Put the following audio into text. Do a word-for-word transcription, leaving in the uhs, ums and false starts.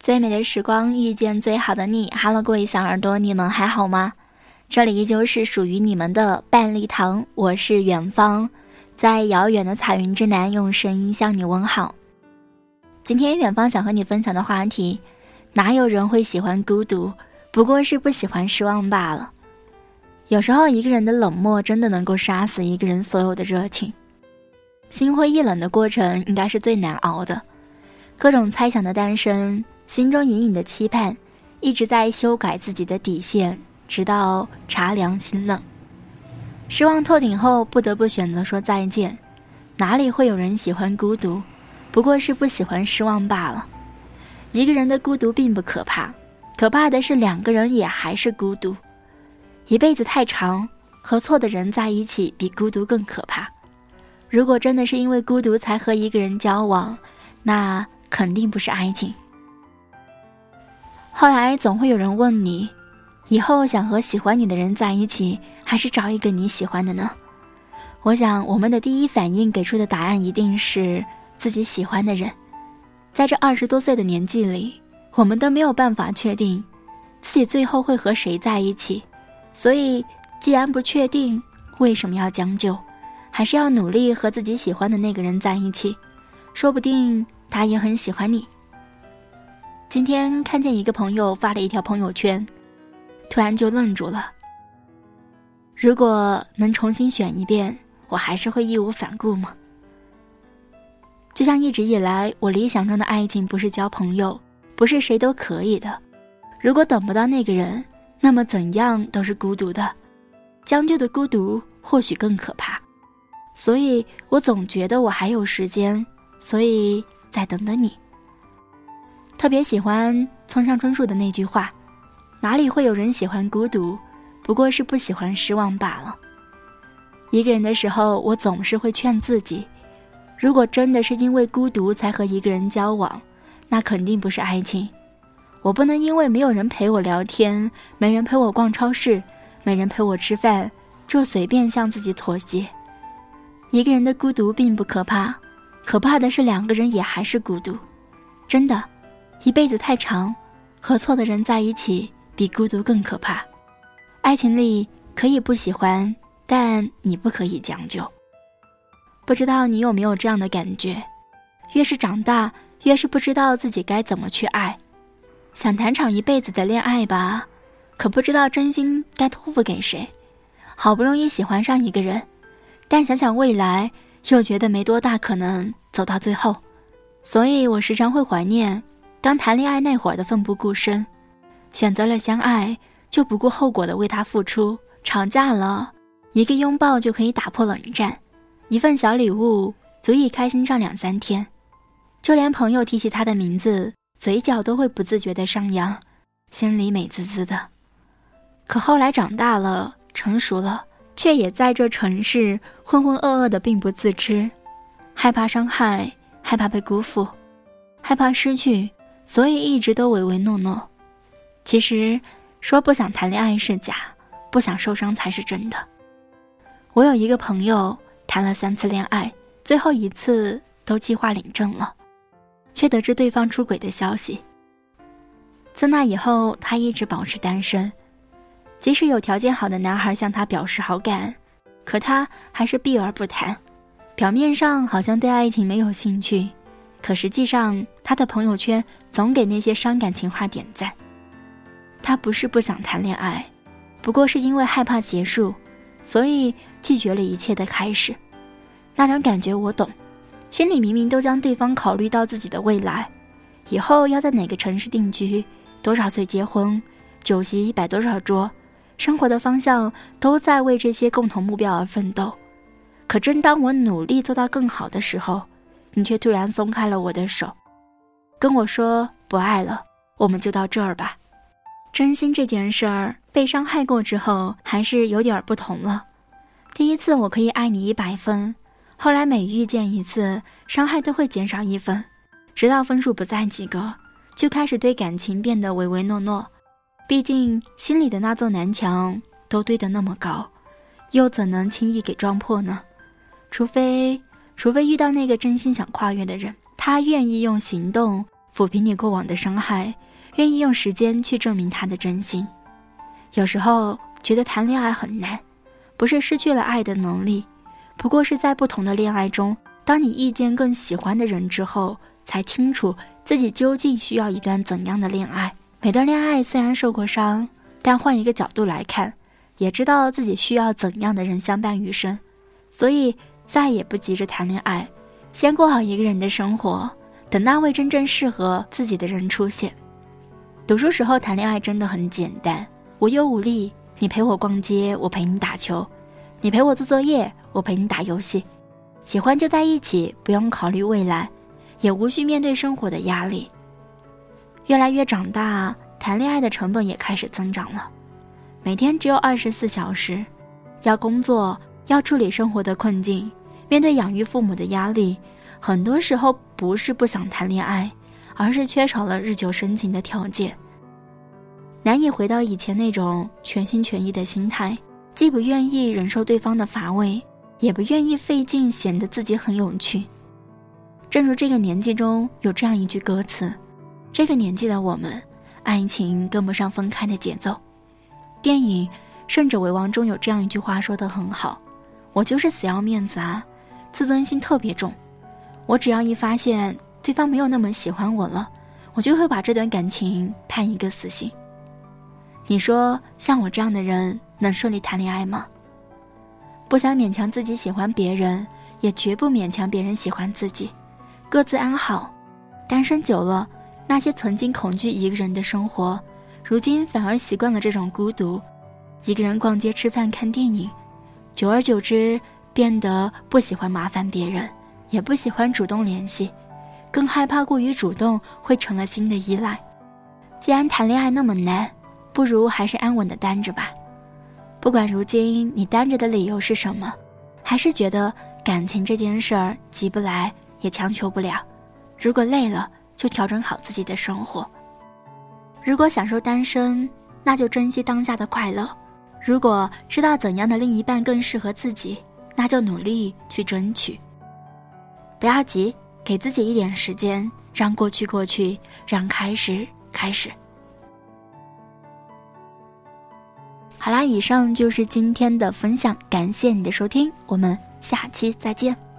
最美的时光遇见最好的你。Hello， 各位小耳朵，你们还好吗？这里依旧是属于你们的半粒糖，我是远方，在遥远的彩云之南用声音向你问好。今天远方想和你分享的话题，哪有人会喜欢孤独，不过是不喜欢失望罢了。有时候一个人的冷漠真的能够杀死一个人所有的热情，心灰意冷的过程应该是最难熬的，各种猜想的诞生，心中隐隐的期盼，一直在修改自己的底线，直到茶凉心冷。失望透顶后，不得不选择说再见。哪里会有人喜欢孤独，不过是不喜欢失望罢了。一个人的孤独并不可怕，可怕的是两个人也还是孤独。一辈子太长，和错的人在一起比孤独更可怕。如果真的是因为孤独才和一个人交往，那肯定不是爱情。后来总会有人问你，以后想和喜欢你的人在一起，还是找一个你喜欢的呢？我想我们的第一反应给出的答案一定是自己喜欢的人。在这二十多岁的年纪里，我们都没有办法确定自己最后会和谁在一起，所以既然不确定，为什么要将就？还是要努力和自己喜欢的那个人在一起，说不定他也很喜欢你。今天看见一个朋友发了一条朋友圈，突然就愣住了。如果能重新选一遍，我还是会义无反顾吗？就像一直以来，我理想中的爱情不是交朋友，不是谁都可以的。如果等不到那个人，那么怎样都是孤独的。将就的孤独或许更可怕。所以我总觉得我还有时间，所以再等等你。特别喜欢村上春树的那句话，哪里会有人喜欢孤独，不过是不喜欢失望罢了。一个人的时候，我总是会劝自己，如果真的是因为孤独才和一个人交往，那肯定不是爱情。我不能因为没有人陪我聊天，没人陪我逛超市，没人陪我吃饭，就随便向自己妥协。一个人的孤独并不可怕，可怕的是两个人也还是孤独。真的，一辈子太长，和错的人在一起比孤独更可怕。爱情里可以不喜欢，但你不可以将就。不知道你有没有这样的感觉，越是长大，越是不知道自己该怎么去爱。想谈场一辈子的恋爱吧，可不知道真心该托付给谁。好不容易喜欢上一个人，但想想未来，又觉得没多大可能走到最后。所以我时常会怀念刚谈恋爱那会儿的奋不顾身，选择了相爱，就不顾后果的为他付出。吵架了，一个拥抱就可以打破冷战，一份小礼物足以开心上两三天。就连朋友提起他的名字，嘴角都会不自觉地上扬，心里美滋滋的。可后来长大了，成熟了，却也在这城市浑浑噩噩的并不自知，害怕伤害，害怕被辜负，害怕失去，所以一直都唯唯诺诺。其实说不想谈恋爱是假，不想受伤才是真的。我有一个朋友谈了三次恋爱，最后一次都计划领证了，却得知对方出轨的消息。自那以后，他一直保持单身，即使有条件好的男孩向他表示好感，可他还是避而不谈。表面上好像对爱情没有兴趣，可实际上他的朋友圈总给那些伤感情话点赞。他不是不想谈恋爱，不过是因为害怕结束，所以拒绝了一切的开始。那种感觉我懂，心里明明都将对方考虑到自己的未来，以后要在哪个城市定居，多少岁结婚，酒席摆多少桌，生活的方向都在为这些共同目标而奋斗。可正当我努力做到更好的时候，你却突然松开了我的手，跟我说不爱了，我们就到这儿吧。真心这件事儿，被伤害过之后还是有点不同了。第一次我可以爱你一百分，后来每遇见一次，伤害都会减少一分，直到分数不再及格，就开始对感情变得唯唯诺诺。毕竟心里的那座南墙都堆得那么高，又怎能轻易给撞破呢？除非除非遇到那个真心想跨越的人，他愿意用行动抚平你过往的伤害，愿意用时间去证明他的真心。有时候觉得谈恋爱很难，不是失去了爱的能力，不过是在不同的恋爱中，当你遇见更喜欢的人之后，才清楚自己究竟需要一段怎样的恋爱。每段恋爱虽然受过伤，但换一个角度来看，也知道自己需要怎样的人相伴余生。所以再也不急着谈恋爱，先过好一个人的生活，等那位真正适合自己的人出现。读书时候谈恋爱真的很简单，无忧无虑，你陪我逛街，我陪你打球，你陪我做作业，我陪你打游戏，喜欢就在一起，不用考虑未来，也无需面对生活的压力。越来越长大，谈恋爱的成本也开始增长了，每天只有二十四小时，要工作，要处理生活的困境，面对养育父母的压力，很多时候不是不想谈恋爱，而是缺少了日久生情的条件，难以回到以前那种全心全意的心态，既不愿意忍受对方的乏味，也不愿意费劲显得自己很有趣。正如这个年纪中有这样一句歌词，这个年纪的我们，爱情跟不上分开的节奏。电影《胜者为王》中有这样一句话说得很好，我就是死要面子啊，自尊心特别重，我只要一发现对方没有那么喜欢我了，我就会把这段感情判一个死刑。你说像我这样的人能顺利谈恋爱吗？不想勉强自己喜欢别人，也绝不勉强别人喜欢自己，各自安好。单身久了，那些曾经恐惧一个人的生活，如今反而习惯了这种孤独。一个人逛街吃饭看电影，久而久之变得不喜欢麻烦别人，也不喜欢主动联系，更害怕过于主动会成了新的依赖。既然谈恋爱那么难，不如还是安稳的单着吧。不管如今你单着的理由是什么，还是觉得感情这件事儿急不来也强求不了，如果累了就调整好自己的生活。如果享受单身，那就珍惜当下的快乐，如果知道怎样的另一半更适合自己，那就努力去争取。不要急，给自己一点时间，让过去过去，让开始开始。好啦，以上就是今天的分享，感谢你的收听，我们下期再见。